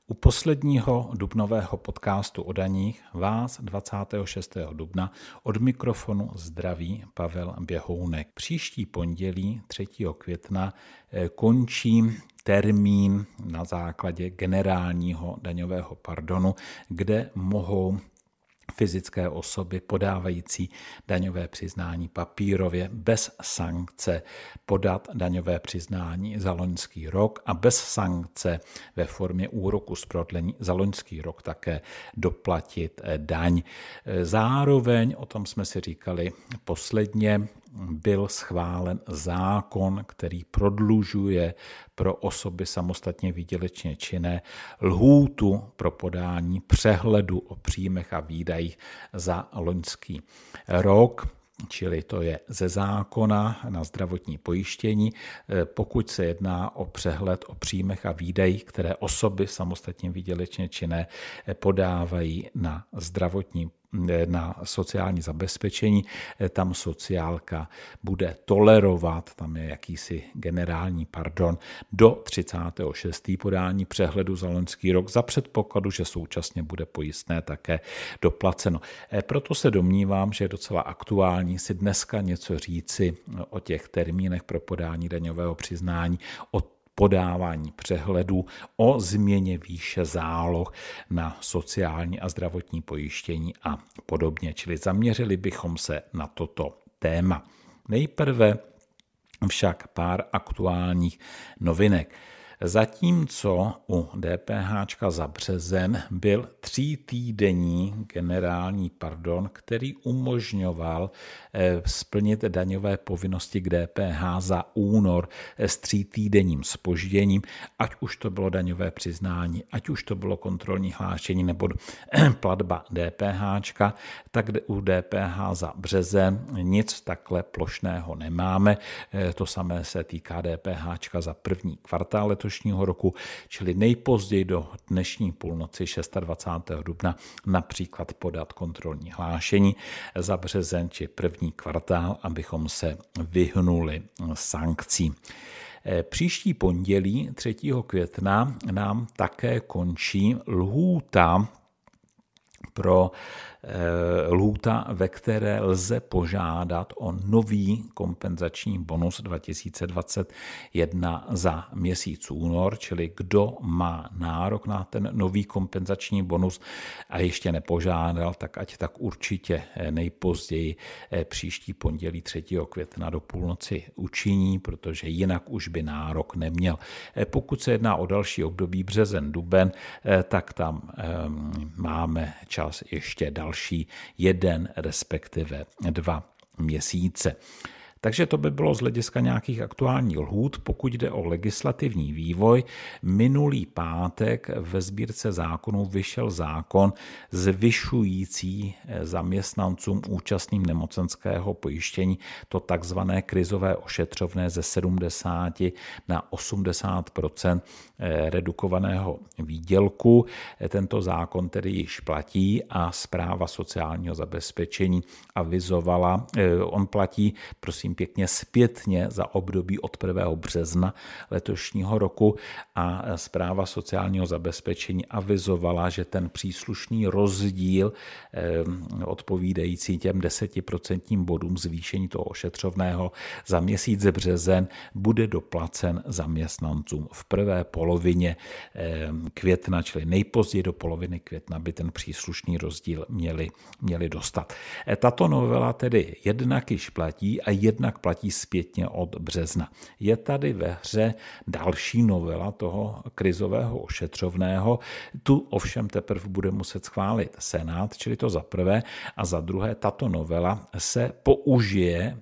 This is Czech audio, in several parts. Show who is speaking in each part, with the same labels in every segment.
Speaker 1: U posledního dubnového podcastu o daních vás 26. dubna od mikrofonu zdraví Pavel Běhounek. Příští pondělí 3. května končí termín na základě generálního daňového pardonu, kde mohou fyzické osoby podávající daňové přiznání papírově bez sankce podat daňové přiznání za loňský rok a bez sankce ve formě úroku z prodlení za loňský rok také doplatit daň. Zároveň, o tom jsme si říkali posledně, byl schválen zákon, který prodlužuje pro osoby samostatně výdělečně činné lhůtu pro podání přehledu o příjmech a výdajích za loňský rok, čili to je ze zákona na zdravotní pojištění, pokud se jedná o přehled o příjmech a výdajích, které osoby samostatně výdělečně činné podávají na sociální zabezpečení, tam sociálka bude tolerovat, tam je jakýsi generální pardon, do 36. podání přehledu za loňský rok za předpokladu, že současně bude pojistné také doplaceno. Proto se domnívám, že je docela aktuální si dneska něco říci o těch termínech pro podání daňového přiznání, o podávání přehledů, o změně výše záloh na sociální a zdravotní pojištění a podobně. Čili zaměřili bychom se na toto téma. Nejprve však pár aktuálních novinek. Zatímco u DPH za březen byl 3týdenní generální pardon, který umožňoval splnit daňové povinnosti k DPH za únor s 3týdenním zpožděním, ať už to bylo daňové přiznání, ať už to bylo kontrolní hlášení nebo platba DPH, tak u DPH za březen nic takhle plošného nemáme. To samé se týká DPH za první kvartál letošního roku, čili nejpozději do dnešní půlnoci 26. dubna například podat kontrolní hlášení za březen či první kvartál, abychom se vyhnuli sankcím. Příští pondělí 3. května nám také končí lhůta, ve které lze požádat o nový kompenzační bonus 2021 za měsíc únor, čili kdo má nárok na ten nový kompenzační bonus a ještě nepožádal, tak ať tak určitě nejpozději příští pondělí 3. května do půlnoci učiní, protože jinak už by nárok neměl. Pokud se jedná o další období březen, duben, tak tam máme čas ještě další 1, respektive 2 měsíce. Takže to by bylo z hlediska nějakých aktuálních lhůt. Pokud jde o legislativní vývoj, minulý pátek ve Sbírce zákonů vyšel zákon zvyšující zaměstnancům účastným nemocenského pojištění to takzvané krizové ošetřovné ze 70 na 80% redukovaného výdělku. Tento zákon tedy již platí a Správa sociálního zabezpečení avizovala, on platí, prosím pěkně, zpětně za období od 1. března letošního roku a Správa sociálního zabezpečení avizovala, že ten příslušný rozdíl odpovídající těm 10% bodům zvýšení toho ošetřovného za měsíc březen bude doplacen zaměstnancům v prvé polovině května, čili nejpozději do poloviny května by ten příslušný rozdíl měli dostat. Tato novela tedy jednak již platí a jednak platí zpětně od března. Je tady ve hře další novela toho krizového ošetřovného, tu ovšem teprve bude muset schválit Senát, čili to za prvé, a za druhé tato novela se použije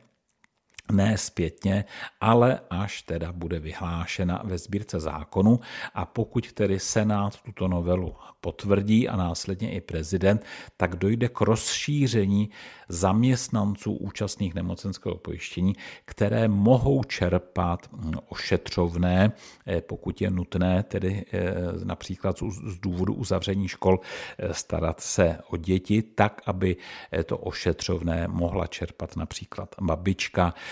Speaker 1: ne zpětně, ale až teda bude vyhlášena ve Sbírce zákonů a pokud tedy Senát tuto novelu potvrdí a následně i prezident, tak dojde k rozšíření zaměstnanců účastných nemocenského pojištění, které mohou čerpat ošetřovné, pokud je nutné, tedy například z důvodu uzavření škol starat se o děti, tak, aby to ošetřovné mohla čerpat například babička,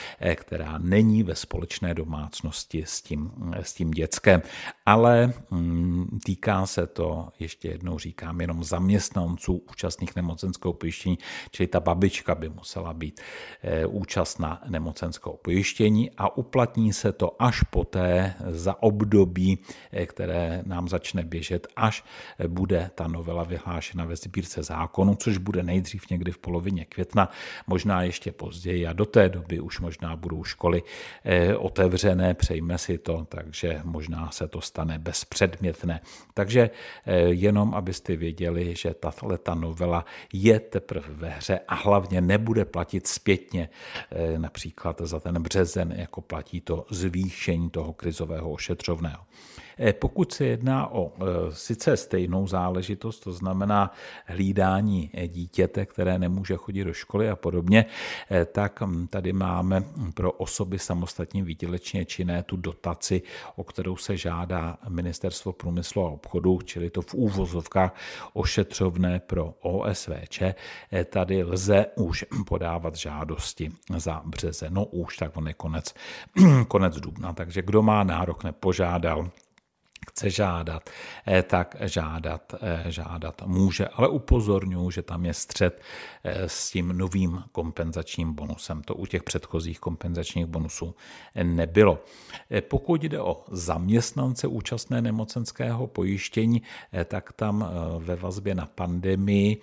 Speaker 1: která není ve společné domácnosti s tím dětskem. Ale týká se to, ještě jednou říkám, jenom zaměstnanců účastných nemocenského pojištění, čili ta babička by musela být účastná nemocenského pojištění a uplatní se to až poté za období, které nám začne běžet, až bude ta novela vyhlášena ve sbírce zákonů, což bude nejdřív někdy v polovině května, možná ještě později a do té doby už možná budou školy otevřené, přejme si to, takže možná se to stane bezpředmětné. Takže jenom abyste věděli, že tato novela je teprve ve hře a hlavně nebude platit zpětně, například za ten březen, jako platí to zvýšení toho krizového ošetřovného. Pokud se jedná o sice stejnou záležitost, to znamená hlídání dítěte, které nemůže chodit do školy a podobně, tak tady máme pro osoby samostatně výdělečně činné tu dotaci, o kterou se žádá Ministerstvo průmyslu a obchodu, čili to v úvozovkách ošetřovné pro OSVČ. Tady lze už podávat žádosti za březen. No už, tak on je konec dubna, takže kdo má nárok, nepožádal, chce žádat, tak žádat může, ale upozorňuji, že tam je střet s tím novým kompenzačním bonusem. To u těch předchozích kompenzačních bonusů nebylo. Pokud jde o zaměstnance účastné nemocenského pojištění, tak tam ve vazbě na pandemii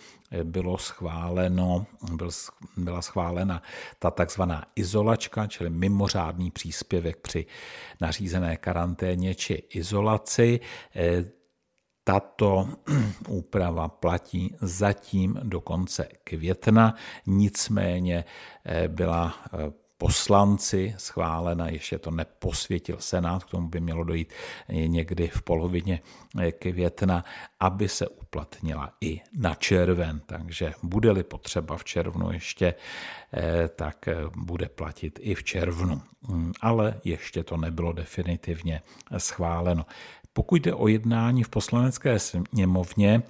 Speaker 1: byla schválena ta takzvaná izolačka, čili mimořádný příspěvek při nařízené karanténě či izolaci. Tato úprava platí zatím do konce května, nicméně byla poslanci schválena, ještě to neposvětil Senát, k tomu by mělo dojít někdy v polovině května, aby se uplatnila i na červen. Takže bude-li potřeba v červnu ještě, tak bude platit i v červnu. Ale ještě to nebylo definitivně schváleno. Pokud jde o jednání v Poslanecké sněmovně,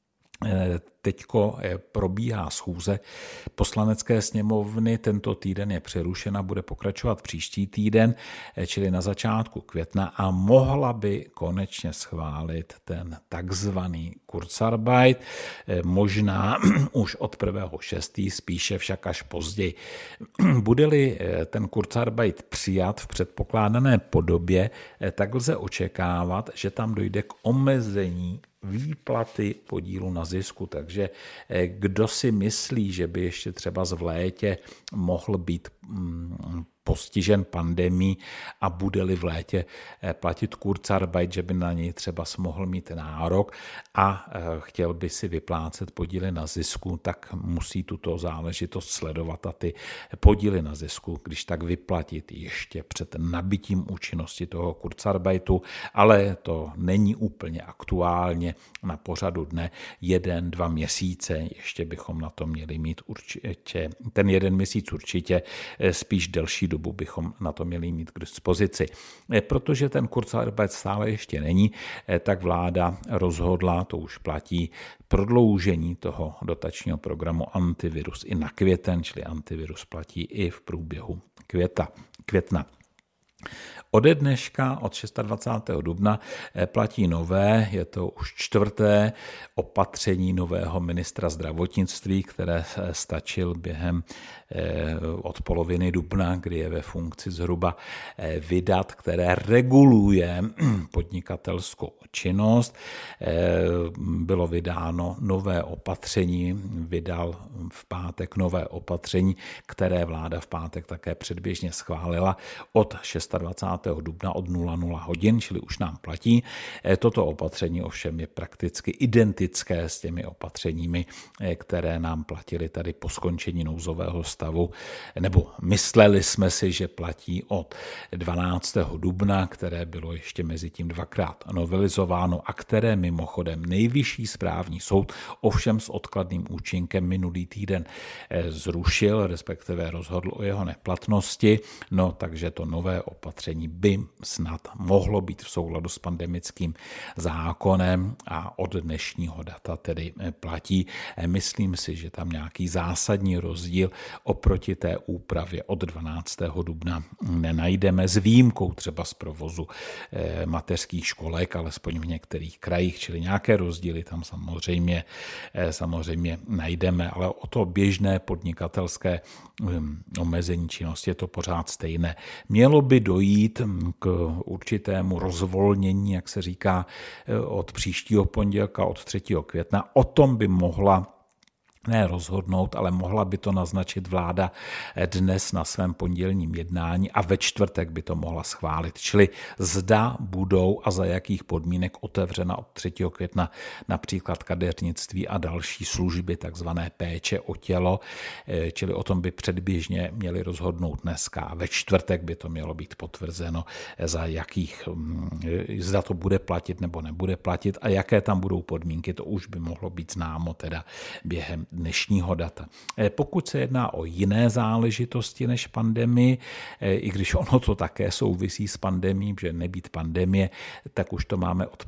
Speaker 1: teďko probíhá schůze Poslanecké sněmovny, tento týden je přerušena, bude pokračovat příští týden, čili na začátku května a mohla by konečně schválit ten takzvaný Kurzarbeit, možná už od 1.6., spíše však až později. Bude-li ten Kurzarbeit přijat v předpokládané podobě, tak lze očekávat, že tam dojde k omezení výplaty podílu na zisku. Takže kdo si myslí, že by ještě třeba v létě mohl být postižen pandemií a bude-li v létě platit Kurzarbeit, že by na něj třeba mohl mít nárok a chtěl by si vyplácet podíly na zisku, tak musí tuto záležitost sledovat a ty podíly na zisku, když tak vyplatit ještě před nabitím účinnosti toho Kurzarbeitu, ale to není úplně aktuálně na pořadu dne 1-2 měsíce, ještě bychom na to měli mít určitě, ten 1 měsíc určitě, spíš delší dobu bychom na to měli mít k dispozici. Protože ten Kurzarbeit stále ještě není, tak vláda rozhodla, to už platí, prodloužení toho dotačního programu Antivirus i na květen, čili Antivirus platí i v průběhu května. Ode dneška, od 26. dubna, platí nové, je to už 4. opatření nového ministra zdravotnictví, které stačil během od poloviny dubna, kdy je ve funkci zhruba, vydat, které reguluje podnikatelskou činnost. Bylo vydáno nové opatření, vydal v pátek nové opatření, které vláda v pátek také předběžně schválila od 26. dubna od 00 hodin, čili už nám platí. Toto opatření ovšem je prakticky identické s těmi opatřeními, které nám platily tady po skončení nouzového stavu, nebo mysleli jsme si, že platí od 12. dubna, které bylo ještě mezi tím zatím dvakrát novelizováno a které mimochodem Nejvyšší správní soud ovšem s odkladným účinkem minulý týden zrušil, respektive rozhodl o jeho neplatnosti, no takže to nové opatření by snad mohlo být v souladu s pandemickým zákonem a od dnešního data tedy platí. Myslím si, že tam nějaký zásadní rozdíl oproti té úpravě od 12. dubna nenajdeme, s výjimkou třeba z provozu mateřských školek, alespoň v některých krajích, čili nějaké rozdíly tam samozřejmě najdeme, ale o to běžné podnikatelské omezení činnosti je to pořád stejné. Mělo by dojít k určitému rozvolnění, jak se říká, od příštího pondělka, od 3. května. O tom by mohla ne rozhodnout, ale mohla by to naznačit vláda dnes na svém pondělním jednání a ve čtvrtek by to mohla schválit. Čili zda budou a za jakých podmínek otevřena od 3. května například kadeřnictví a další služby, takzvané péče o tělo, čili o tom by předběžně měli rozhodnout dneska a ve čtvrtek by to mělo být potvrzeno, za jakých, zda to bude platit nebo nebude platit a jaké tam budou podmínky, to už by mohlo být známo teda během dnešního data. Pokud se jedná o jiné záležitosti než pandemii, i když ono to také souvisí s pandemií, že nebýt pandemie, tak už to máme od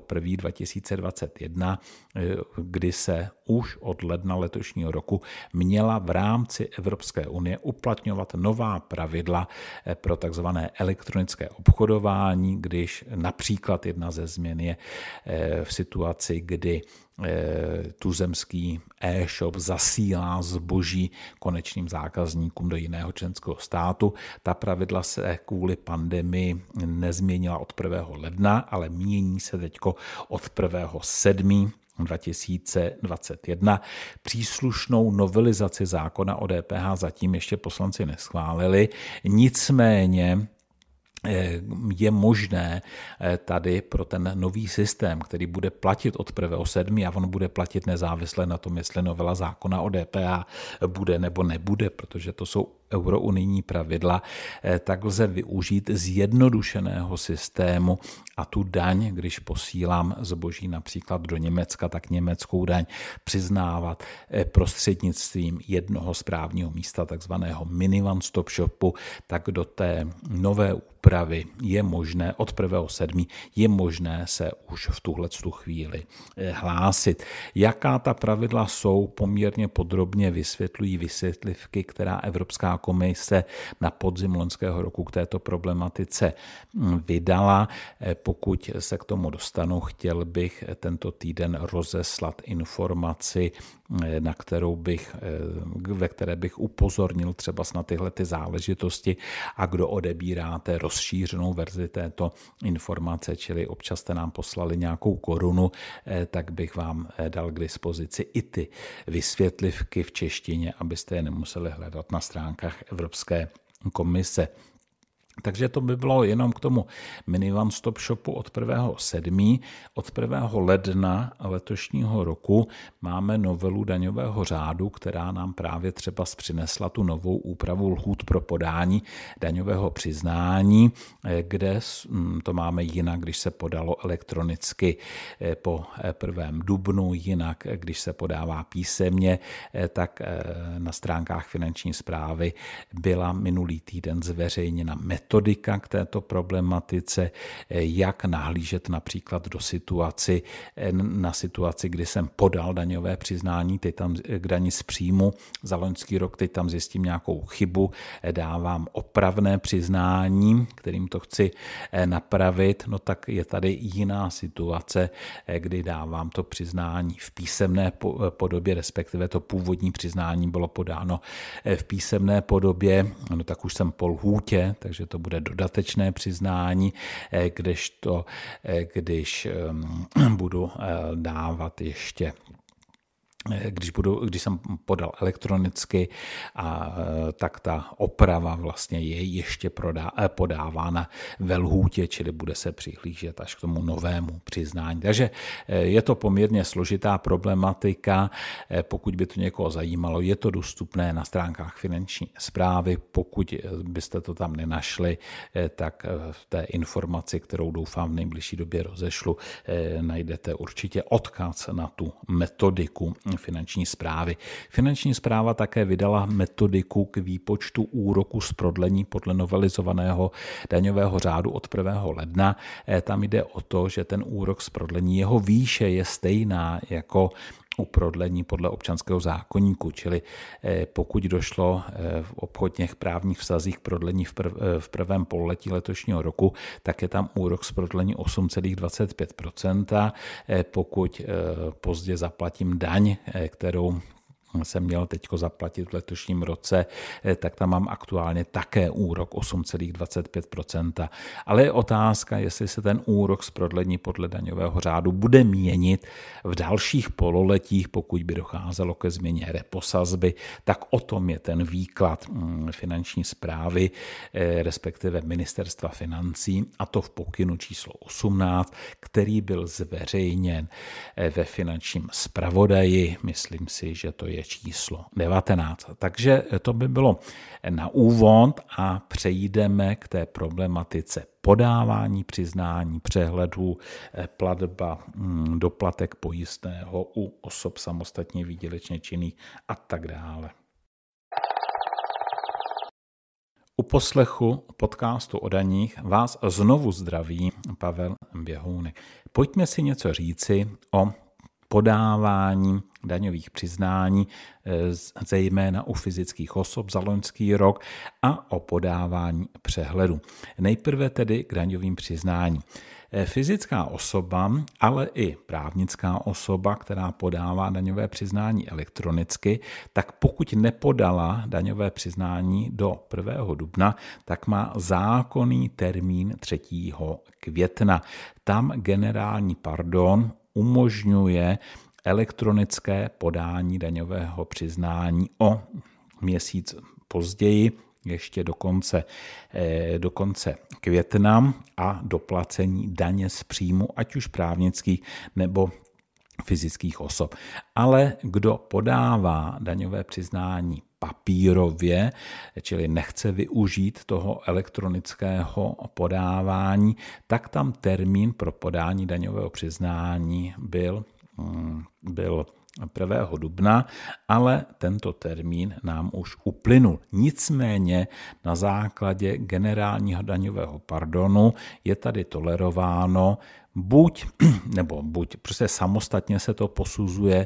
Speaker 1: 1.1.2021, kdy se už od ledna letošního roku měla v rámci Evropské unie uplatňovat nová pravidla pro takzvané elektronické obchodování, když například jedna ze změn je v situaci, kdy tuzemský e-shop zasílá zboží konečným zákazníkům do jiného členského státu. Ta pravidla se kvůli pandemii nezměnila od 1. ledna, ale mění se teďko od 1.7.2021. Příslušnou novelizaci zákona o DPH zatím ještě poslanci neschválili, nicméně je možné tady pro ten nový systém, který bude platit od 1.7. a on bude platit nezávisle na tom, jestli novela zákona o DPH bude nebo nebude, protože to jsou eurounijní pravidla, tak lze využít zjednodušeného systému a tu daň, když posílám zboží například do Německa, tak německou daň přiznávat prostřednictvím jednoho správního místa, takzvaného mini one-stop shopu, tak do té nové úpravy je možné, od 1.7. je možné se už v tuhletu chvíli hlásit. Jaká ta pravidla jsou, poměrně podrobně vysvětlují vysvětlivky, která Evropská komise na podzim loňského roku k této problematice vydala. Pokud se k tomu dostanu, chtěl bych tento týden rozeslat informaci, ve které bych upozornil třeba na tyhle ty záležitosti a kdo odebíráte rozšířenou verzi této informace, čili občas jste nám poslali nějakou korunu, tak bych vám dal k dispozici i ty vysvětlivky v češtině, abyste je nemuseli hledat na stránkách Evropské komise. Takže to by bylo jenom k tomu mini one stop shopu od 1.7. Od 1. ledna letošního roku máme novelu daňového řádu, která nám právě třeba přinesla tu novou úpravu lhůt pro podání daňového přiznání, kde to máme jinak, když se podalo elektronicky po 1. dubnu, jinak, když se podává písemně, tak na stránkách finanční správy byla minulý týden zveřejněna metodika k této problematice, jak nahlížet například na situaci, kdy jsem podal daňové přiznání, teď tam k dani z příjmu za loňský rok, teď tam zjistím nějakou chybu, dávám opravné přiznání, kterým to chci napravit, no tak je tady jiná situace, kdy dávám to přiznání v písemné podobě, respektive to původní přiznání bylo podáno v písemné podobě, no tak už jsem po lhůtě, takže to bude dodatečné přiznání, když budu dávat ještě když jsem podal elektronicky, tak ta oprava vlastně je ještě podávána ve lhůtě, čili bude se přihlížet až k tomu novému přiznání. Takže je to poměrně složitá problematika. Pokud by to někoho zajímalo, je to dostupné na stránkách Finanční správy. Pokud byste to tam nenašli, tak v té informaci, kterou doufám v nejbližší době rozešlu, najdete určitě odkaz na tu metodiku Finanční správy. Finanční správa také vydala metodiku k výpočtu úroku z prodlení podle novelizovaného daňového řádu od 1. ledna. Tam jde o to, že ten úrok z prodlení, jeho výše je stejná jako u prodlení podle občanského zákoníku, čili pokud došlo v obchodních právních vztazích k prodlení v prvém pololetí letošního roku, tak je tam úrok z prodlení 8,25%. Pokud pozdě zaplatím daň, kterou jsem měl teď zaplatit v letošním roce, tak tam mám aktuálně také úrok 8,25%. Ale je otázka, jestli se ten úrok z prodlení podle daňového řádu bude měnit v dalších pololetích, pokud by docházelo ke změně reposazby, tak o tom je ten výklad Finanční správy, respektive Ministerstva financí, a to v pokynu číslo 18, který byl zveřejněn ve Finančním zpravodaji. Myslím si, že to je číslo 19. Takže to by bylo na úvod a přejdeme k té problematice podávání přiznání, přehledů, platba, doplatek pojistného u osob samostatně výdělečně činných a tak dále. U poslechu podcastu o daních vás znovu zdraví Pavel Běhounek. Pojďme si něco říci o podávání daňových přiznání, zejména u fyzických osob za loňský rok, a o podávání přehledu. Nejprve tedy k daňovým přiznání. Fyzická osoba, ale i právnická osoba, která podává daňové přiznání elektronicky, tak pokud nepodala daňové přiznání do 1. dubna, tak má zákonný termín 3. května. Tam generální pardon umožňuje elektronické podání daňového přiznání o měsíc později, ještě do konce května, a doplacení daně z příjmu, ať už právnických nebo fyzických osob. Ale kdo podává daňové přiznání papírově, čili nechce využít toho elektronického podávání, tak tam termín pro podání daňového přiznání byl 1. dubna, ale tento termín nám už uplynul. Nicméně na základě generálního daňového pardonu je tady tolerováno buď, prostě samostatně se to posuzuje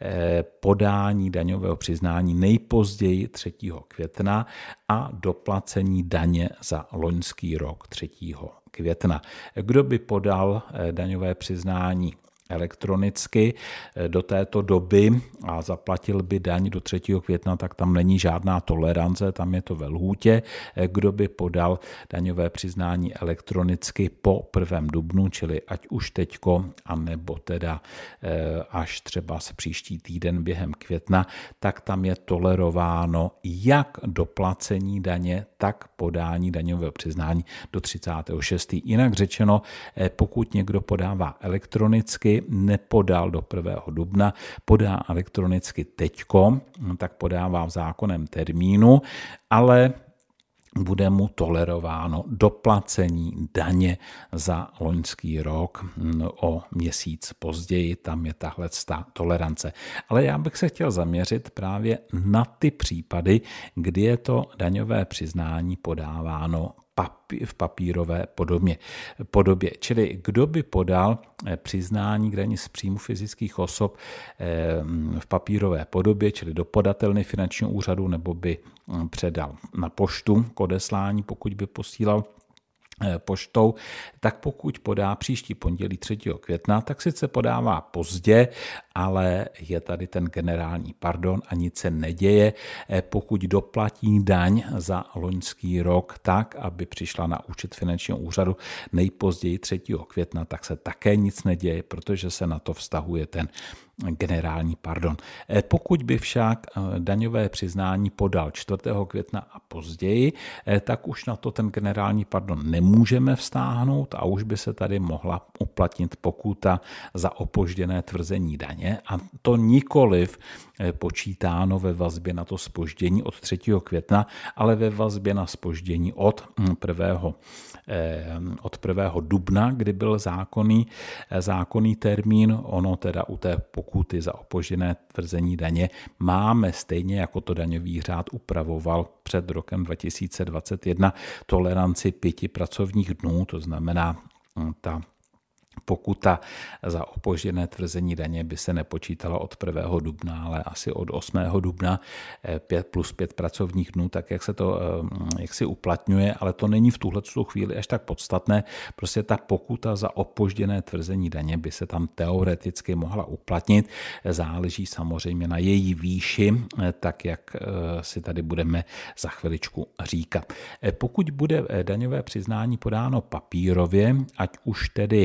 Speaker 1: podání daňového přiznání nejpozději 3. května a doplacení daně za loňský rok 3. května. Kdo by podal daňové přiznání elektronicky do této doby a zaplatil by daň do 3. května, tak tam není žádná tolerance, tam je to ve lhůtě. Kdo by podal daňové přiznání elektronicky po 1. dubnu, čili ať už teďko, anebo teda až třeba se příští týden během května, tak tam je tolerováno jak doplacení daně, tak podání daňového přiznání do 36. Jinak řečeno, pokud někdo podává elektronicky, nepodal do 1. dubna, podá elektronicky teďko, tak podává v zákonném termínu, ale bude mu tolerováno doplacení daně za loňský rok o měsíc později, tam je tahle tolerance. Ale já bych se chtěl zaměřit právě na ty případy, kdy je to daňové přiznání podáváno v papírové podobě. Čili kdo by podal přiznání k dani z příjmu fyzických osob v papírové podobě, čili do podatelny finančního úřadu, nebo by předal na poštu k odeslání, pokud by posílal poštou, tak pokud podá příští pondělí 3. května, tak sice podává pozdě, ale je tady ten generální pardon a nic se neděje. Pokud doplatí daň za loňský rok tak, aby přišla na účet finančního úřadu nejpozději 3. května, tak se také nic neděje, protože se na to vztahuje ten generální pardon. Pokud by však daňové přiznání podal 4. května a později, tak už na to ten generální pardon nemůžeme vztáhnout a už by se tady mohla uplatnit pokuta za opožděné tvrzení daně, a to nikoliv počítáno ve vazbě na to zpoždění od 3. května, ale ve vazbě na zpoždění od 1. dubna, kdy byl zákonný termín. Ono teda u té pokuty za opožděné tvrzení daně máme, stejně jako to daňový řád upravoval před rokem 2021, toleranci 5 pracovních dnů, to znamená, ta pokuta za opožděné tvrzení daně by se nepočítala od 1. dubna, ale asi od 8. dubna 5 plus 5 pracovních dnů, tak jak se to si uplatňuje, ale to není v tuhletu chvíli až tak podstatné. Prostě ta pokuta za opožděné tvrzení daně by se tam teoreticky mohla uplatnit. Záleží samozřejmě na její výši, tak jak si tady budeme za chviličku říkat. Pokud bude daňové přiznání podáno papírově, ať už tedy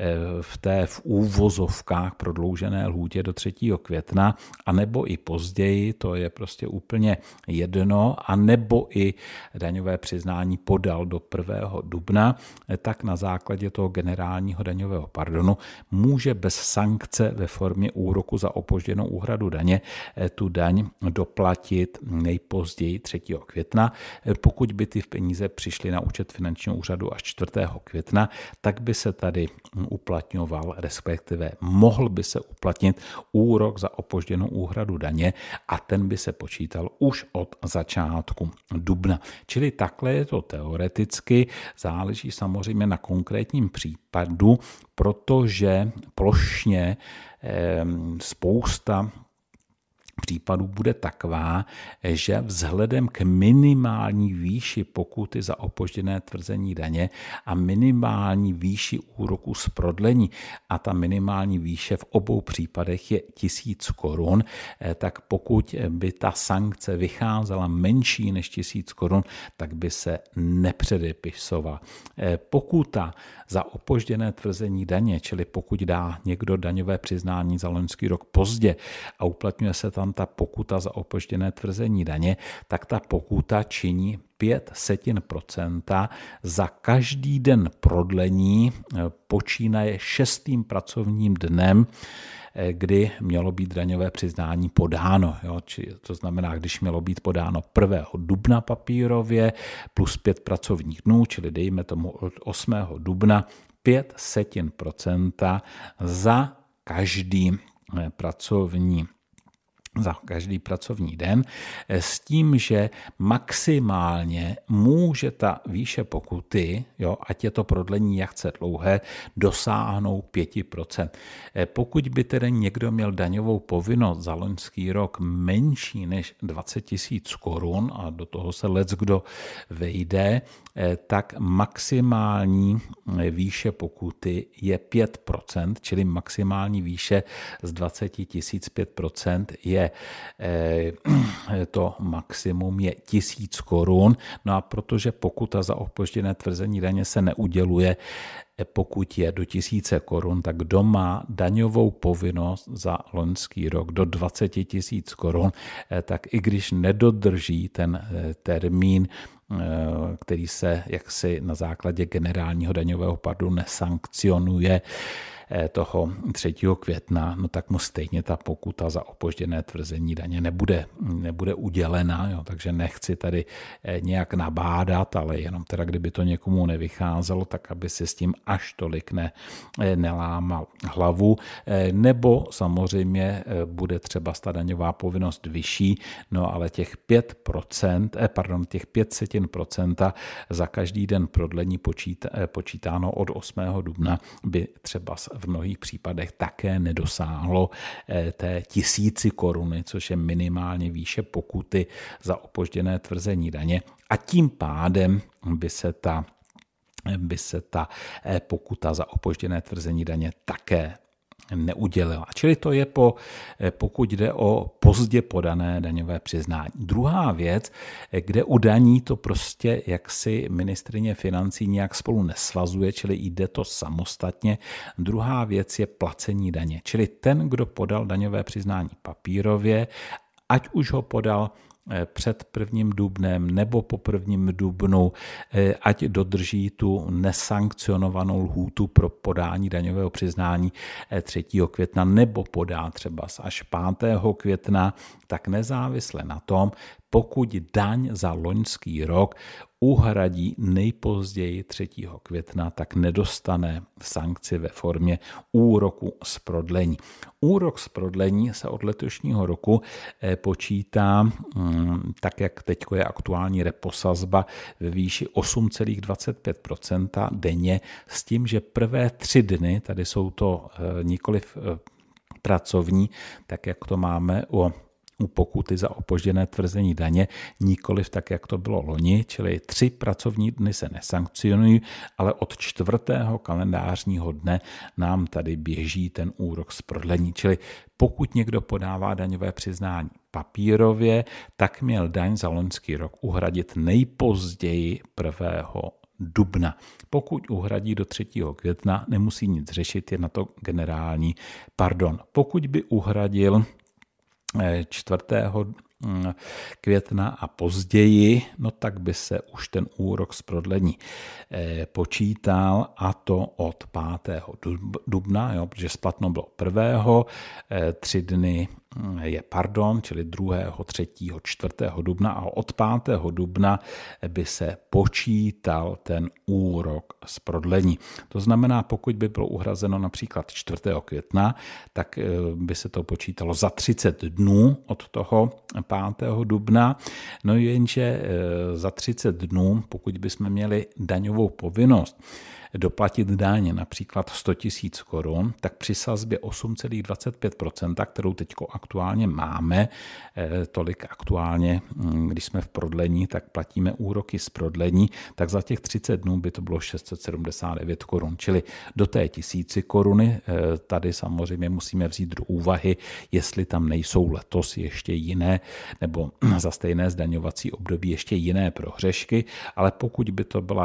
Speaker 1: v úvozovkách prodloužené lhůtě do 3. května, anebo i později, to je prostě úplně jedno, anebo i daňové přiznání podal do 1. dubna, tak na základě toho generálního daňového pardonu může bez sankce ve formě úroku za opožděnou úhradu daně tu daň doplatit nejpozději 3. května. Pokud by ty peníze přišly na účet finančního úřadu až 4. května, tak by se tady uplatňoval, respektive mohl by se uplatnit úrok za opožděnou úhradu daně a ten by se počítal už od začátku dubna. Čili takhle je to teoreticky, záleží samozřejmě na konkrétním případu, protože plošně spousta případů bude taková, že vzhledem k minimální výši pokuty za opožděné tvrzení daně a minimální výši úroku z prodlení, a ta minimální výše v obou případech je 1000 korun, tak pokud by ta sankce vycházela menší než 1000 korun, tak by se nepředepisovala. Pokuta za opožděné tvrzení daně, čili pokud dá někdo daňové přiznání za loňský rok pozdě a uplatňuje se tam ta pokuta za opožděné tvrzení daně, tak ta pokuta činí 0,05% za každý den prodlení počínaje 6. pracovním dnem, kdy mělo být daňové přiznání podáno. To znamená, když mělo být podáno 1. dubna papírově plus 5 pracovních dnů, čili dejme tomu od 8. dubna 0,05% za každý pracovní den, s tím, že maximálně může ta výše pokuty, ať je to prodlení jak chce dlouhé, dosáhnout 5%. Pokud by tedy někdo měl daňovou povinnost za loňský rok menší než 20 000 korun a do toho se leckdo vejde, tak maximální výše pokuty je 5%, čili maximální výše z 20 000 5% je to maximum je 1000 korun. No a protože pokuta za opožděné tvrzení daně se neuděluje, pokud je do 1000 korun, tak kdo má daňovou povinnost za loňský rok do 20 000 korun, tak i když nedodrží ten termín, který se jaksi na základě generálního daňového pardonu nesankcionuje toho 3. května, no tak mu stejně ta pokuta za opožděné tvrzení daně nebude udělena, takže nechci tady nějak nabádat, ale jenom teda, kdyby to někomu nevycházelo, tak aby si s tím až tolik nelámal hlavu, nebo samozřejmě bude třeba ta daňová povinnost vyšší, no ale těch 5% za každý den prodlení počítáno od 8. dubna by třeba v mnohých případech také nedosáhlo té 1000 koruny, což je minimálně výše pokuty za opožděné tvrzení daně, a tím pádem by se ta pokuta za opožděné tvrzení daně také neudělila. Čili to je pokud jde o pozdě podané daňové přiznání. Druhá věc, kde u daní to prostě jaksi ministryně financí nějak spolu nesvazuje, čili jde to samostatně. Druhá věc je placení daně. Čili ten, kdo podal daňové přiznání papírově, ať už ho podal před 1. dubnem nebo po 1. dubnu, ať dodrží tu nesankcionovanou lhůtu pro podání daňového přiznání 3. května nebo podá třeba až 5. května, tak nezávisle na tom, pokud daň za loňský rok uhradí nejpozději 3. května, tak nedostane sankci ve formě úroku z prodlení. Úrok z prodlení se od letošního roku počítá, tak jak teď je aktuální reposazba, ve výši 8,25% denně, s tím, že prvé 3 dny, tady jsou to nikoliv pracovní, tak jak to máme u pokuty za opožděné tvrzení daně, nikoliv tak, jak to bylo loni, čili 3 pracovní dny se nesankcionují, ale od 4. kalendářního dne nám tady běží ten úrok z prodlení. Čili pokud někdo podává daňové přiznání papírově, tak měl daň za loňský rok uhradit nejpozději 1. dubna. Pokud uhradí do 3. května, nemusí nic řešit, je na to generální pardon. Pokud by uhradil 4. května a později, no tak by se už ten úrok z prodlení počítal, a to od 5. dubna, jo, protože splatno bylo 1. 3 dny je pardon, čili 2., 3., 4. dubna, a od 5. dubna by se počítal ten úrok z prodlení. To znamená, pokud by bylo uhrazeno například 4. května, tak by se to počítalo za 30 dnů od toho 5. dubna. No jenže za 30 dnů, pokud bychom měli daňovou povinnost doplatit daň například 100 000 korun, tak při sazbě 8,25%, kterou teď aktuálně máme, tolik aktuálně, když jsme v prodlení, tak platíme úroky z prodlení, tak za těch 30 dnů by to bylo 679 korun. Čili do té 1000 koruny tady samozřejmě musíme vzít do úvahy, jestli tam nejsou letos ještě jiné, nebo za stejné zdaňovací období ještě jiné prohřešky, ale pokud by to byla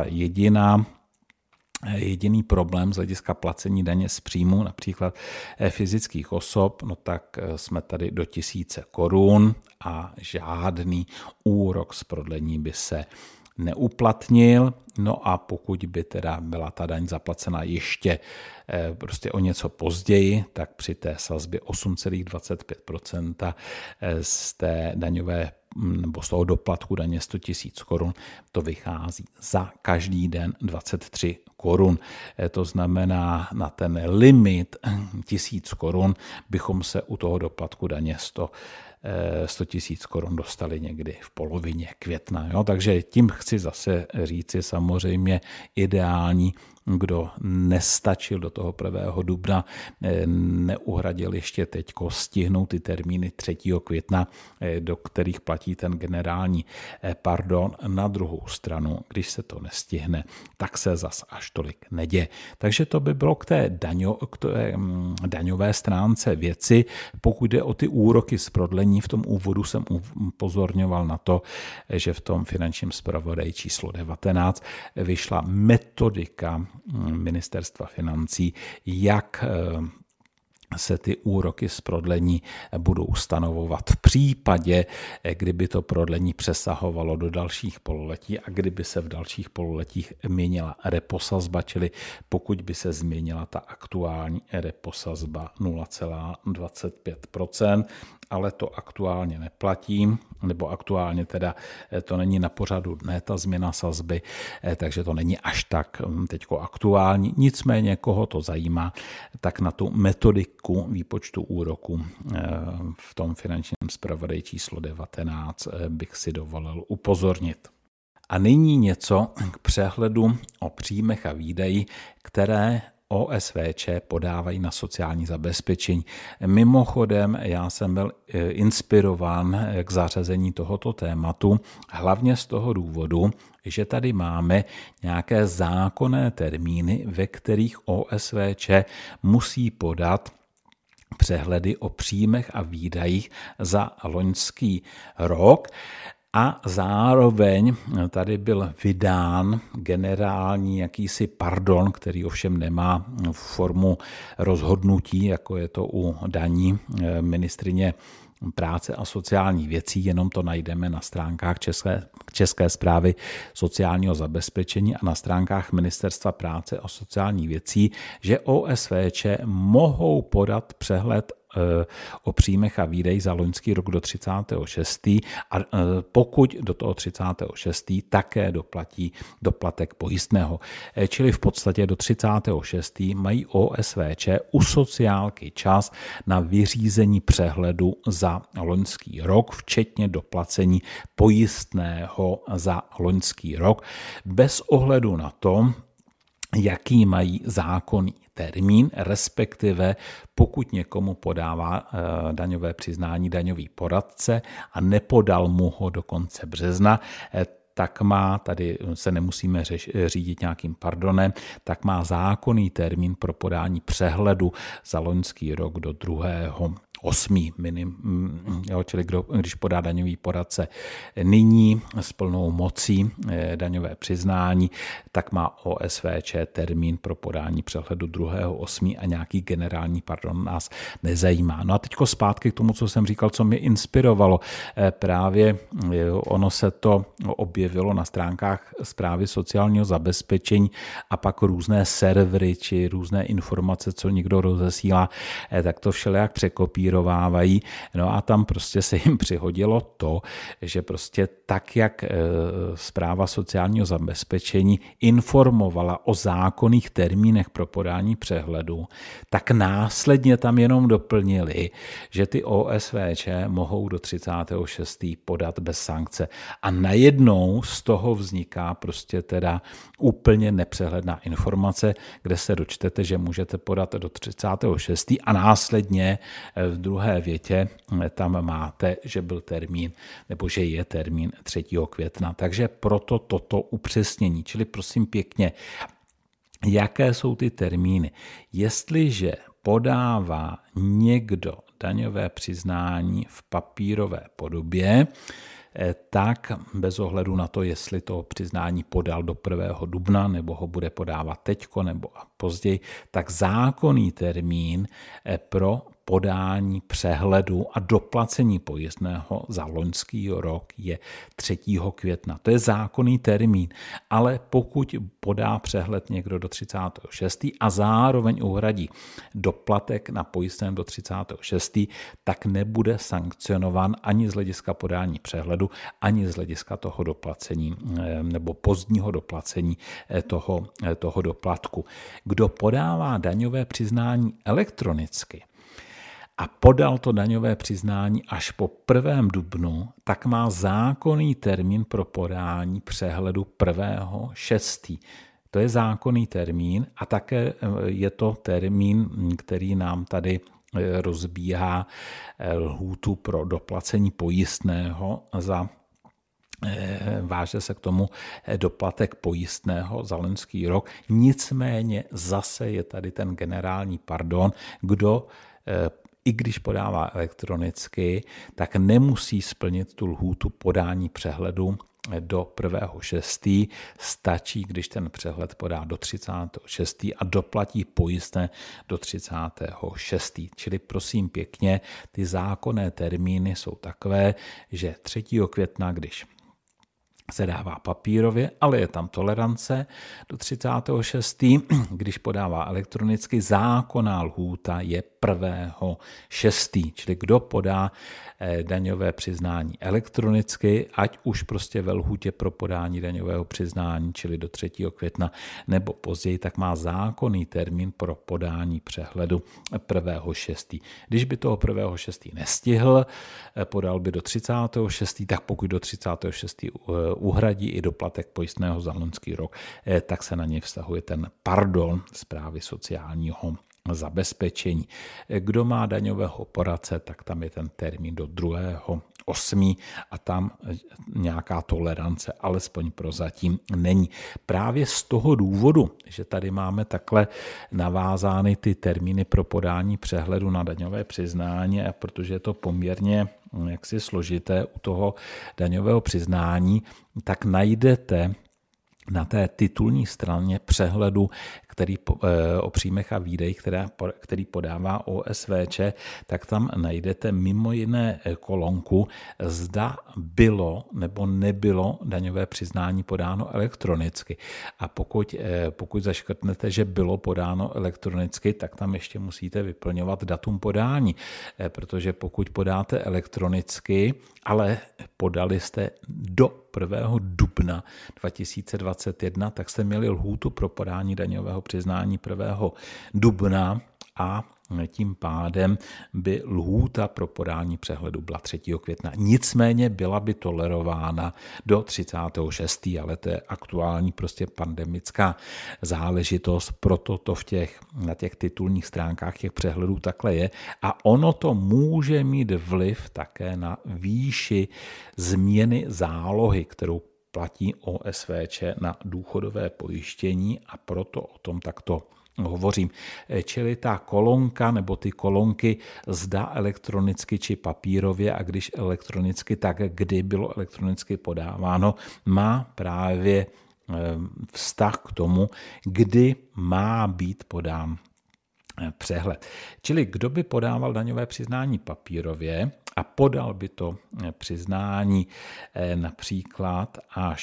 Speaker 1: jediný problém z hlediska placení daně z příjmu, například fyzických osob, no tak jsme tady do 1000 korun a žádný úrok z prodlení by se neuplatnil. No a pokud by teda byla ta daň zaplacena ještě prostě o něco později, tak při té sazbě 8,25% z té daňové nebo z toho doplatku daně 100 000 korun, to vychází za každý den 23 korun. To znamená, na ten limit 1000 korun bychom se u toho doplatku daně 100 000 korun dostali někdy v polovině května. Jo? Takže tím chci zase říci, samozřejmě ideální, kdo nestačil do toho 1. dubna, neuhradil ještě teďko, stihnout ty termíny 3. května, do kterých platí ten generální pardon. Na druhou stranu, když se to nestihne, tak se zas až tolik neděje. Takže to by bylo k té daňové stránce věci. Pokud jde o ty úroky z prodlení, v tom úvodu jsem upozorňoval na to, že v tom finančním zpravodaji číslo 19 vyšla metodika Ministerstva financí, jak se ty úroky z prodlení budou stanovovat v případě, kdyby to prodlení přesahovalo do dalších pololetí a kdyby se v dalších pololetích měnila reposazba, čili pokud by se změnila ta aktuální reposazba 0,25%, ale to aktuálně neplatí, nebo aktuálně teda to není na pořadu dne, ta změna sazby, takže to není až tak teďko aktuální. Nicméně, koho to zajímá, tak na tu metodiku výpočtu úroku v tom finančním zpravodaji číslo 19 bych si dovolil upozornit. A nyní něco k přehledu o příjmech a výdaji, které OSVČ podávají na sociální zabezpečení. Mimochodem, já jsem byl inspirován k zařazení tohoto tématu, hlavně z toho důvodu, že tady máme nějaké zákonné termíny, ve kterých OSVČ musí podat přehledy o příjmech a výdajích za loňský rok. A zároveň tady byl vydán generální jakýsi pardon, který ovšem nemá formu rozhodnutí, jako je to u daní ministryně práce a sociální věcí, jenom to najdeme na stránkách České správy sociálního zabezpečení a na stránkách Ministerstva práce a sociální věcí, že OSVČ mohou podat přehled o příjmech a výdejích za loňský rok do 36. a pokud do toho 36. také doplatí doplatek pojistného. Čili v podstatě do 36. mají OSVČ u sociálky čas na vyřízení přehledu za loňský rok, včetně doplacení pojistného za loňský rok, bez ohledu na to, jaký mají zákonný termín, respektive pokud někomu podává daňové přiznání daňový poradce a nepodal mu ho do konce března, tak má, tady se nemusíme řídit nějakým pardonem, tak má zákonný termín pro podání přehledu za loňský rok do 2.8. Čili když podá daňový poradce nyní s plnou mocí daňové přiznání, tak má OSVČ termín pro podání přehledu 2.8. a nějaký generální pardon nás nezajímá. No a teďko zpátky k tomu, co jsem říkal, co mě inspirovalo. Právě ono se to objevilo na stránkách Správy sociálního zabezpečení a pak různé servery či různé informace, co někdo rozesílá, tak to všelijak překopírovávají. No a tam prostě se jim přihodilo to, že prostě tak, jak Správa sociálního zabezpečení informovala o zákonných termínech pro podání přehledu, tak následně tam jenom doplnili, že ty OSVČ mohou do 36. podat bez sankce. A najednou z toho vzniká prostě teda úplně nepřehledná informace, kde se dočtete, že můžete podat do 36. a následně v druhé větě tam máte, že byl termín, nebo že je termín 3. května. Takže proto toto upřesnění. Čili prosím pěkně, jaké jsou ty termíny? Jestliže podává někdo daňové přiznání v papírové podobě, tak bez ohledu na to, jestli to přiznání podal do 1. dubna, nebo ho bude podávat teďko nebo později, tak zákonný termín pro podání přehledu a doplacení pojistného za loňský rok je 3. května. To je zákonný termín, ale pokud podá přehled někdo do 36. a zároveň uhradí doplatek na pojistném do 36., tak nebude sankcionován ani z hlediska podání přehledu, ani z hlediska toho doplacení nebo pozdního doplacení toho doplatku. Kdo podává daňové přiznání elektronicky a podal to daňové přiznání až po 1. dubnu, tak má zákonný termín pro podání přehledu 1.6. To je zákonný termín a také je to termín, který nám tady rozbíhá lhůtu pro doplacení pojistného váže se k tomu doplatek pojistného za loňský rok. Nicméně zase je tady ten generální pardon, kdo i když podává elektronicky, tak nemusí splnit tu lhůtu podání přehledu do 1.6. Stačí, když ten přehled podá do 36. a doplatí pojistné do 36. Čili prosím pěkně, ty zákonné termíny jsou takové, že 3. května, když se dává papírově, ale je tam tolerance do 36. Když podává elektronicky, zákonná lhůta je 1.6. Čili kdo podá daňové přiznání elektronicky, ať už prostě ve lhůtě pro podání daňového přiznání, čili do 3. května nebo později, tak má zákonný termín pro podání přehledu 1.6. Když by toho 1.6. nestihl, podal by do 36., tak pokud do 36. uhradí i doplatek pojistného za loňský rok, tak se na něj vztahuje ten pardon Správy sociálního zabezpečení. Kdo má daňového poradce, tak tam je ten termín do 2.8. a tam nějaká tolerance alespoň prozatím není. Právě z toho důvodu, že tady máme takhle navázány ty termíny pro podání přehledu na daňové přiznání, a protože je to poměrně jaksi složité u toho daňového přiznání, tak najdete na té titulní straně přehledu, který o příjmech a výdejích, který podává OSVČ, tak tam najdete mimo jiné kolonku, zda bylo nebo nebylo daňové přiznání podáno elektronicky. A pokud zaškrtnete, že bylo podáno elektronicky, tak tam ještě musíte vyplňovat datum podání, protože pokud podáte elektronicky, ale podali jste do 1. dubna 2021, tak jste měli lhůtu pro podání daňového přiznání 1. dubna a tím pádem by lhůta pro podání přehledu byla 3. května. Nicméně byla by tolerována do 36. ale to je aktuální prostě pandemická záležitost, proto to na těch titulních stránkách těch přehledů takhle je a ono to může mít vliv také na výši změny zálohy, kterou platí OSVČ na důchodové pojištění a proto o tom takto hovořím. Čili ta kolonka nebo ty kolonky zda elektronicky či papírově a když elektronicky, tak kdy bylo elektronicky podáváno, má právě vztah k tomu, kdy má být podán přehled. Čili kdo by podával daňové přiznání papírově a podal by to přiznání například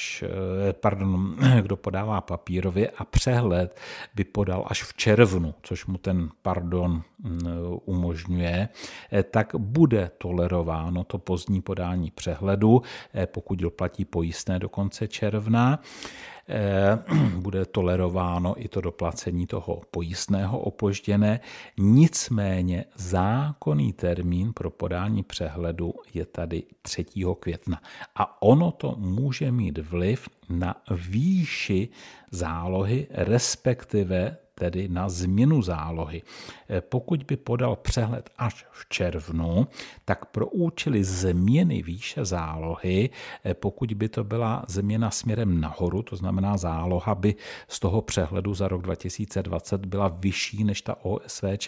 Speaker 1: kdo podává papírově a přehled by podal až v červnu, což mu ten pardon umožňuje, tak bude tolerováno to pozdní podání přehledu, pokud doplatí pojistné do konce června. Bude tolerováno i to doplacení toho pojistného opožděné, nicméně zákonný termín pro podání přehledu je tady 3. května a ono to může mít vliv na výši zálohy, respektive tedy na změnu zálohy. Pokud by podal přehled až v červnu, tak pro účely změny výše zálohy, pokud by to byla změna směrem nahoru, to znamená záloha by z toho přehledu za rok 2020 byla vyšší než ta OSVČ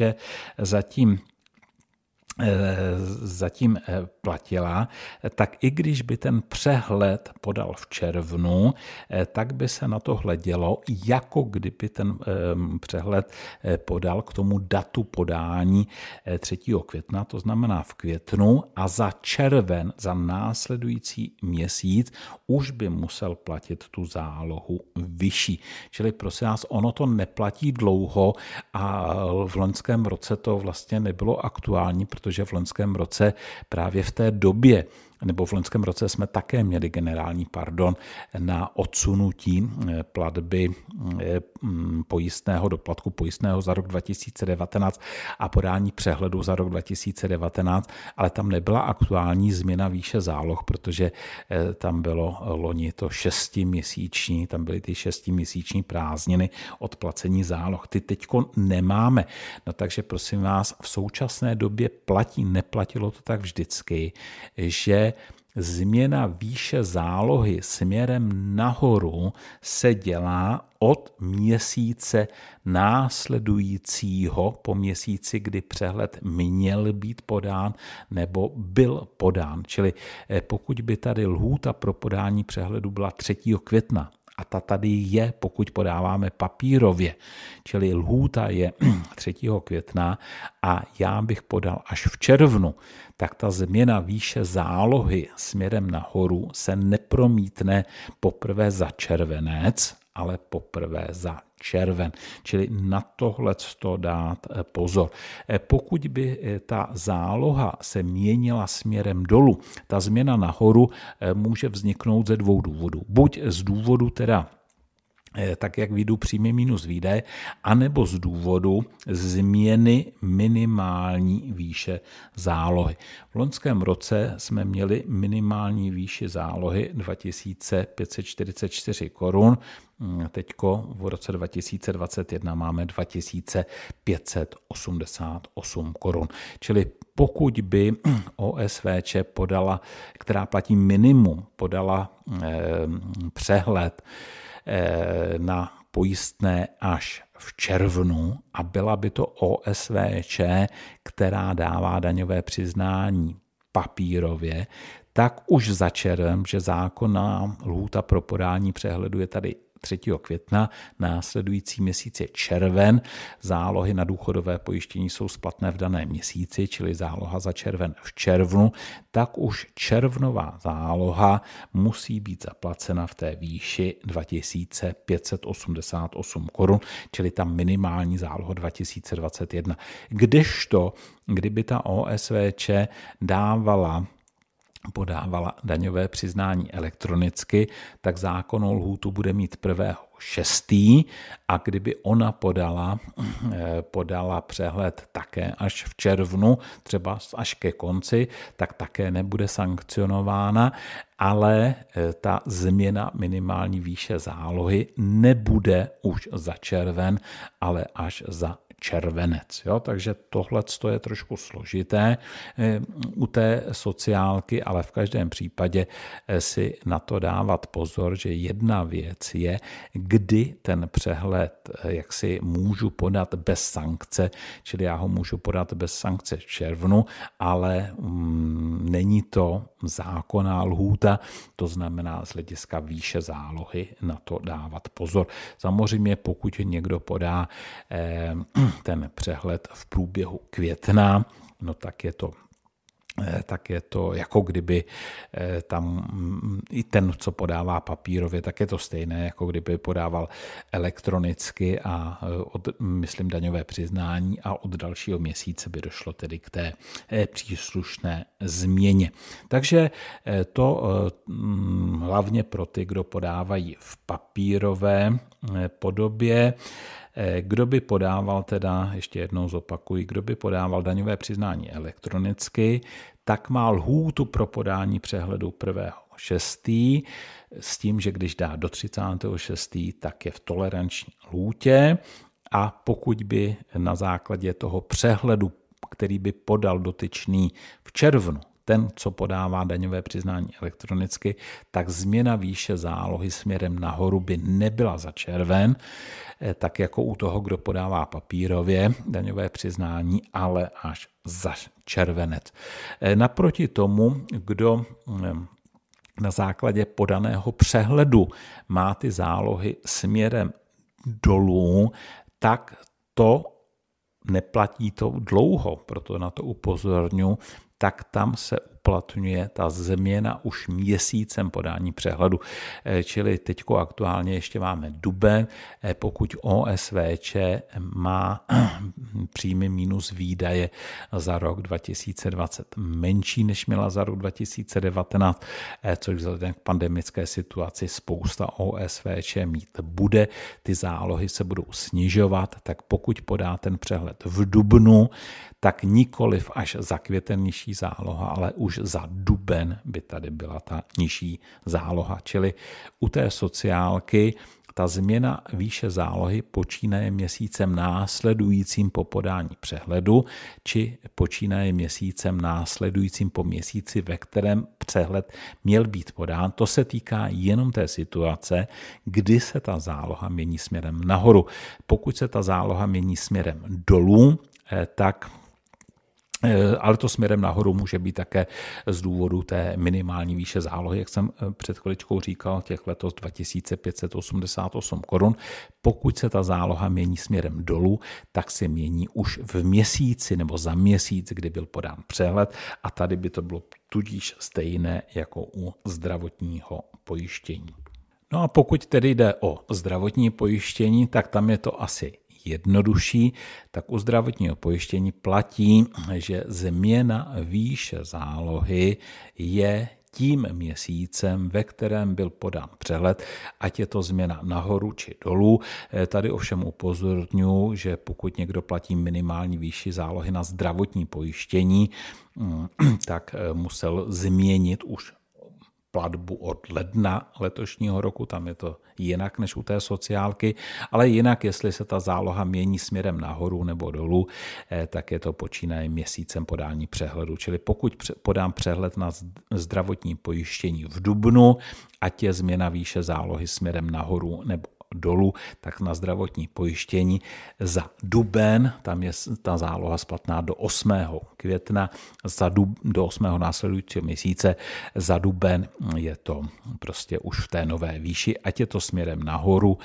Speaker 1: zatím platila, tak i když by ten přehled podal v červnu, tak by se na to hledělo, jako kdyby ten přehled podal k tomu datu podání 3. května, to znamená v květnu a za červen, za následující měsíc, už by musel platit tu zálohu vyšší. Čili prosím vás, ono to neplatí dlouho a v loňském roce to vlastně nebylo aktuální, protože v loňském roce právě v té době, nebo v loňském roce jsme také měli generální pardon na odsunutí platby doplatku pojistného za rok 2019 a podání přehledu za rok 2019, ale tam nebyla aktuální změna výše záloh, protože tam bylo loni to 6měsíční, tam byly ty 6měsíční prázdniny od placení záloh. Ty teďko nemáme. No takže prosím vás, v současné době neplatilo to tak vždycky, že změna výše zálohy směrem nahoru se dělá od měsíce následujícího po měsíci, kdy přehled měl být podán nebo byl podán. Čili pokud by tady lhůta pro podání přehledu byla 3. května, a ta tady je, pokud podáváme papírově, čili lhůta je 3. května a já bych podal až v červnu, tak ta změna výše zálohy směrem nahoru se nepromítne poprvé za červenec, ale poprvé za červen. Čili na tohleto dát pozor. Pokud by ta záloha se měnila směrem dolů, ta změna nahoru může vzniknout ze 2 důvodů. Buď z důvodu teda tak jak vyjdu příjmy minus výdaje, anebo z důvodu změny minimální výše zálohy. V loňském roce jsme měli minimální výši zálohy 2544 korun, teďko v roce 2021 máme 2588 korun. Čili pokud by OSVČ podala, která platí minimum, podala přehled na pojistné až v červnu a byla by to OSVČ, která dává daňové přiznání papírově, tak už za červen, že zákonná lhůta pro podání přehledu je tady 3. května, následující měsíc je červen, zálohy na důchodové pojištění jsou splatné v daném měsíci, čili záloha za červen v červnu, tak už červnová záloha musí být zaplacena v té výši 2588 korun, čili ta minimální záloha 2021. Kdežto, kdyby ta OSVČ podávala daňové přiznání elektronicky, tak zákonnou lhůtu bude mít 1.6. a kdyby ona podala přehled také až v červnu, třeba až ke konci, tak také nebude sankcionována, ale ta změna minimální výše zálohy nebude už za červen, ale až za červenec. Jo? Takže tohle je trošku složité u té sociálky, ale v každém případě si na to dávat pozor, že jedna věc je, kdy ten přehled jak si můžu podat bez sankce, čili já ho můžu podat bez sankce v červnu, ale není to zákonná lhůta, to znamená z hlediska výše zálohy na to dávat pozor. Samozřejmě pokud někdo podá ten přehled v průběhu května, no tak je to jako kdyby tam i ten, co podává papírově, tak je to stejné, jako kdyby podával elektronicky a myslím daňové přiznání a od dalšího měsíce by došlo tedy k té příslušné změně. Takže to hlavně pro ty, kdo podávají v papírové podobě. Kdo by podával teda, ještě jednou zopakuji, kdo by podával daňové přiznání elektronicky, tak má lhůtu pro podání přehledu 1.6. s tím, že když dá do 30.6., tak je v toleranční lhůtě a pokud by na základě toho přehledu, který by podal dotyčný v červnu, ten, co podává daňové přiznání elektronicky, tak změna výše zálohy směrem nahoru by nebyla za červen, tak jako u toho, kdo podává papírově daňové přiznání, ale až za červenec. Naproti tomu, kdo na základě podaného přehledu má ty zálohy směrem dolů, tak to neplatí to dlouho, proto na to upozorňuji, tak tam se uplatňuje ta změna už měsícem podání přehledu. Čili teďko aktuálně ještě máme duben, pokud OSVČ má příjmy minus výdaje za rok 2020 menší, než měla za rok 2019, což vzhledem k pandemické situaci spousta OSVČ mít bude, ty zálohy se budou snižovat, tak pokud podá ten přehled v dubnu, tak nikoliv až za květen nižší záloha, ale už za duben by tady byla ta nižší záloha. Čili u té sociálky ta změna výše zálohy počínaje měsícem následujícím po podání přehledu, či počínaje měsícem následujícím po měsíci, ve kterém přehled měl být podán. To se týká jenom té situace, kdy se ta záloha mění směrem nahoru. Pokud se ta záloha mění směrem dolů, tak ale to směrem nahoru může být také z důvodu té minimální výše zálohy, jak jsem před chviličkou říkal, těch letos 2588 korun. Pokud se ta záloha mění směrem dolů, tak se mění už v měsíci nebo za měsíc, kdy byl podán přehled a tady by to bylo tudíž stejné jako u zdravotního pojištění. No a pokud tedy jde o zdravotní pojištění, tak tam je to asi jednodušší, tak u zdravotního pojištění platí, že změna výše zálohy je tím měsícem, ve kterém byl podán přehled, ať je to změna nahoru či dolů. Tady ovšem upozorňuji, že pokud někdo platí minimální výši zálohy na zdravotní pojištění, tak musel změnit už platbu od ledna letošního roku, tam je to jinak než u té sociálky, ale jinak, jestli se ta záloha mění směrem nahoru nebo dolů, tak je to počínaje měsícem podání přehledu. Čili pokud podám přehled na zdravotní pojištění v dubnu, ať je změna výše zálohy směrem nahoru nebo dolů, tak na zdravotní pojištění za duben, tam je ta záloha splatná do 8. května, do 8. následujícího měsíce, za duben je to prostě už v té nové výši, ať je to směrem nahoru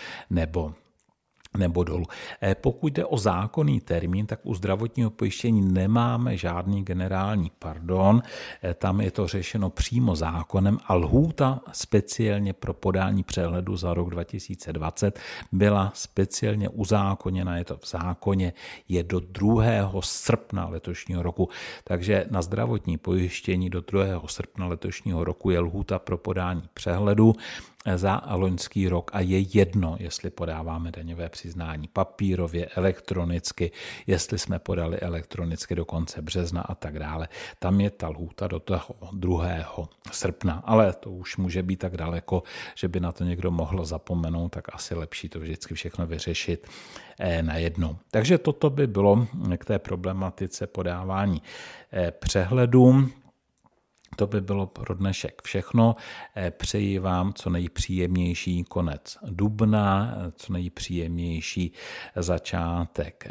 Speaker 1: nebo dolů. Pokud jde o zákonný termín, tak u zdravotního pojištění nemáme žádný generální pardon, tam je to řešeno přímo zákonem a lhůta speciálně pro podání přehledu za rok 2020 byla speciálně uzákoněna, je to v zákoně, je do 2. srpna letošního roku, takže na zdravotní pojištění do 2. srpna letošního roku je lhůta pro podání přehledu za loňský rok a je jedno, jestli podáváme daňové přiznání papírově, elektronicky, jestli jsme podali elektronicky do konce března a tak dále. Tam je ta lhůta do toho 2. srpna, ale to už může být tak daleko, že by na to někdo mohl zapomenout, tak asi lepší to vždycky všechno vyřešit najednou. Takže toto by bylo k té problematice podávání přehledů. To by bylo pro dnešek všechno. Přeji vám co nejpříjemnější konec dubna, co nejpříjemnější začátek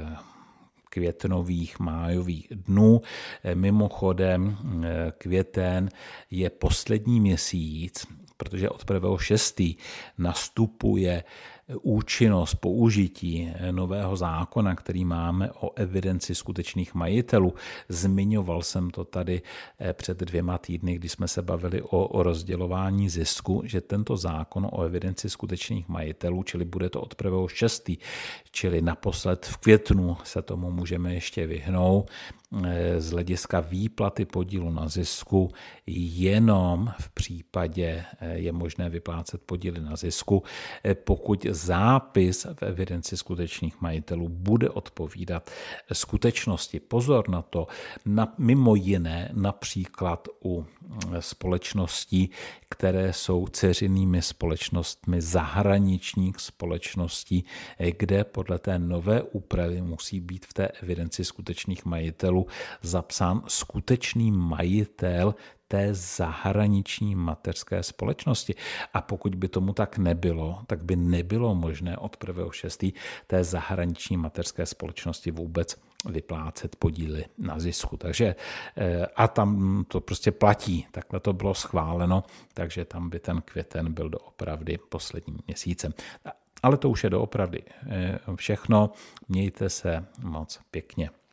Speaker 1: květnových, májových dnů. Mimochodem květen je poslední měsíc, protože od 1.6. nastupuje účinnost použití nového zákona, který máme o evidenci skutečných majitelů. Zmiňoval jsem to tady před 2 týdny, kdy jsme se bavili o rozdělování zisku, že tento zákon o evidenci skutečných majitelů, čili bude to od 1.6., čili naposled v květnu se tomu můžeme ještě vyhnout, z hlediska výplaty podílu na zisku jenom v případě je možné vyplácet podíly na zisku, pokud zápis v evidenci skutečných majitelů bude odpovídat skutečnosti. Pozor na to, mimo jiné například u společností, které jsou dceřinými společnostmi zahraničních společností, kde podle té nové úpravy musí být v té evidenci skutečných majitelů zapsán skutečný majitel té zahraniční mateřské společnosti. A pokud by tomu tak nebylo, tak by nebylo možné od 1.6. té zahraniční mateřské společnosti vůbec vyplácet podíly na zisku. Takže a tam to prostě platí. Takhle to bylo schváleno, takže tam by ten květen byl doopravdy posledním měsícem. Ale to už je doopravdy všechno. Mějte se moc pěkně.